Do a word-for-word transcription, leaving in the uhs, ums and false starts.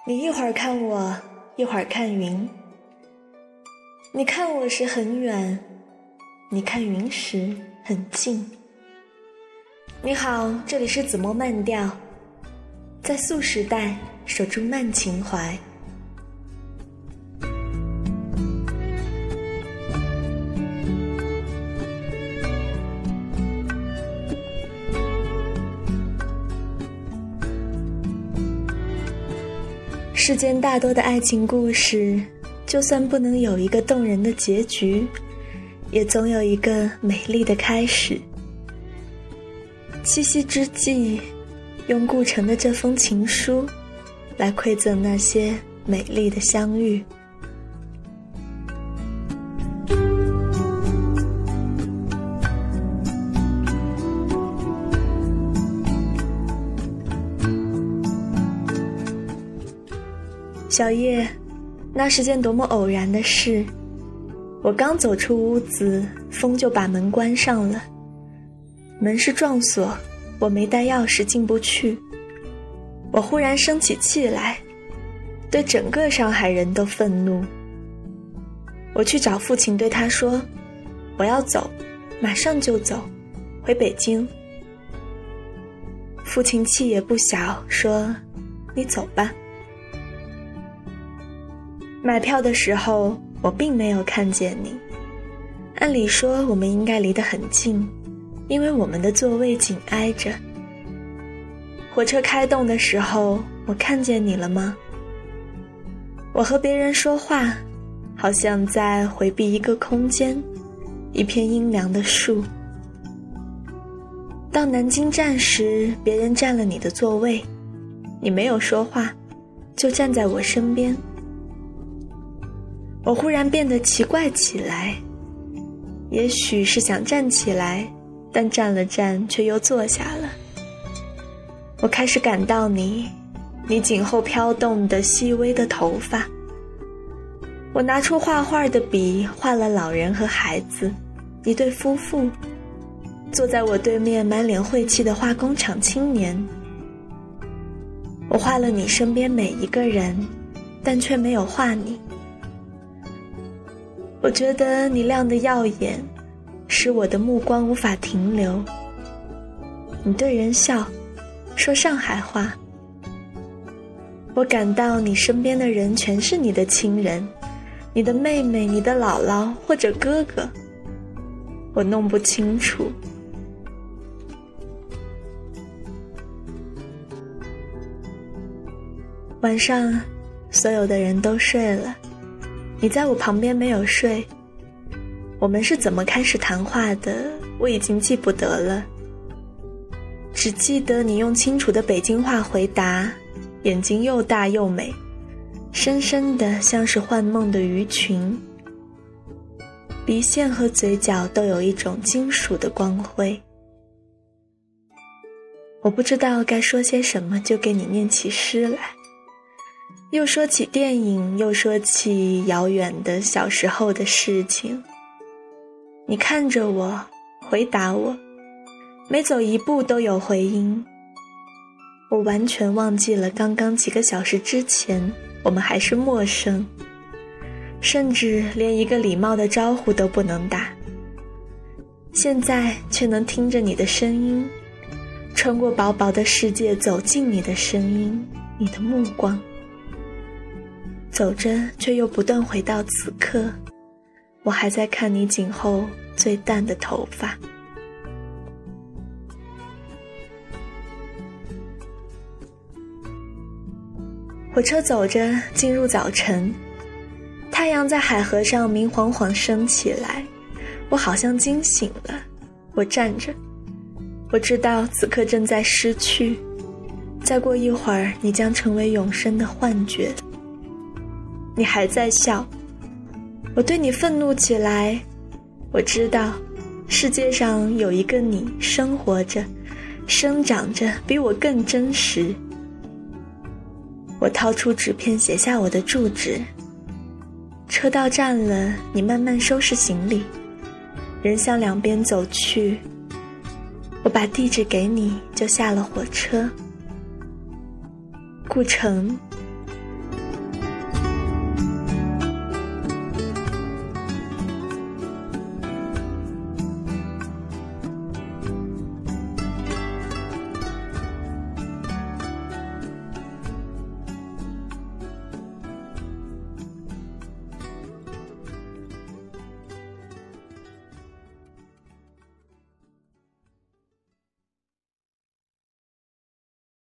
你一会儿看我，一会儿看云。你看我时很远，你看云时很近。你好，这里是子墨慢调，在素时代守住慢情怀。世间大多的爱情故事，就算不能有一个动人的结局，也总有一个美丽的开始。七夕之际，用顾城的这封情书来馈赠那些美丽的相遇。小叶，那是件多么偶然的事。我刚走出屋子，风就把门关上了。门是撞锁，我没带钥匙进不去。我忽然生起气来，对整个上海人都愤怒。我去找父亲，对他说，我要走，马上就走，回北京。父亲气也不小，说，你走吧。买票的时候，我并没有看见你。按理说我们应该离得很近，因为我们的座位紧挨着。火车开动的时候，我看见你了吗？我和别人说话，好像在回避一个空间，一片阴凉的树。到南京站时，别人占了你的座位，你没有说话，就站在我身边。我忽然变得奇怪起来，也许是想站起来，但站了站却又坐下了。我开始感到你，你颈后飘动的细微的头发。我拿出画画的笔，画了老人和孩子，一对夫妇，坐在我对面满脸晦气的化工厂青年。我画了你身边每一个人，但却没有画你。我觉得你亮得耀眼，使我的目光无法停留。你对人笑，说上海话。我感到你身边的人全是你的亲人，你的妹妹，你的姥姥或者哥哥，我弄不清楚。晚上，所有的人都睡了。你在我旁边没有睡，我们是怎么开始谈话的，我已经记不得了，只记得你用清楚的北京话回答，眼睛又大又美，深深的像是幻梦的鱼群，鼻线和嘴角都有一种金属的光辉。我不知道该说些什么，就给你念起诗来。又说起电影，又说起遥远的小时候的事情。你看着我，回答我，每走一步都有回音。我完全忘记了刚刚几个小时之前，我们还是陌生，甚至连一个礼貌的招呼都不能打。现在却能听着你的声音，穿过薄薄的世界，走进你的声音，你的目光。走着却又不断回到此刻，我还在看你颈后最淡的头发。火车走着进入早晨，太阳在海河上明晃晃升起来，我好像惊醒了。我站着，我知道此刻正在失去，再过一会儿你将成为永生的幻觉。你还在笑，我对你愤怒起来。我知道世界上有一个你生活着，生长着，比我更真实。我掏出纸片写下我的住址。车到站了，你慢慢收拾行李，人向两边走去。我把地址给你，就下了火车。顾城，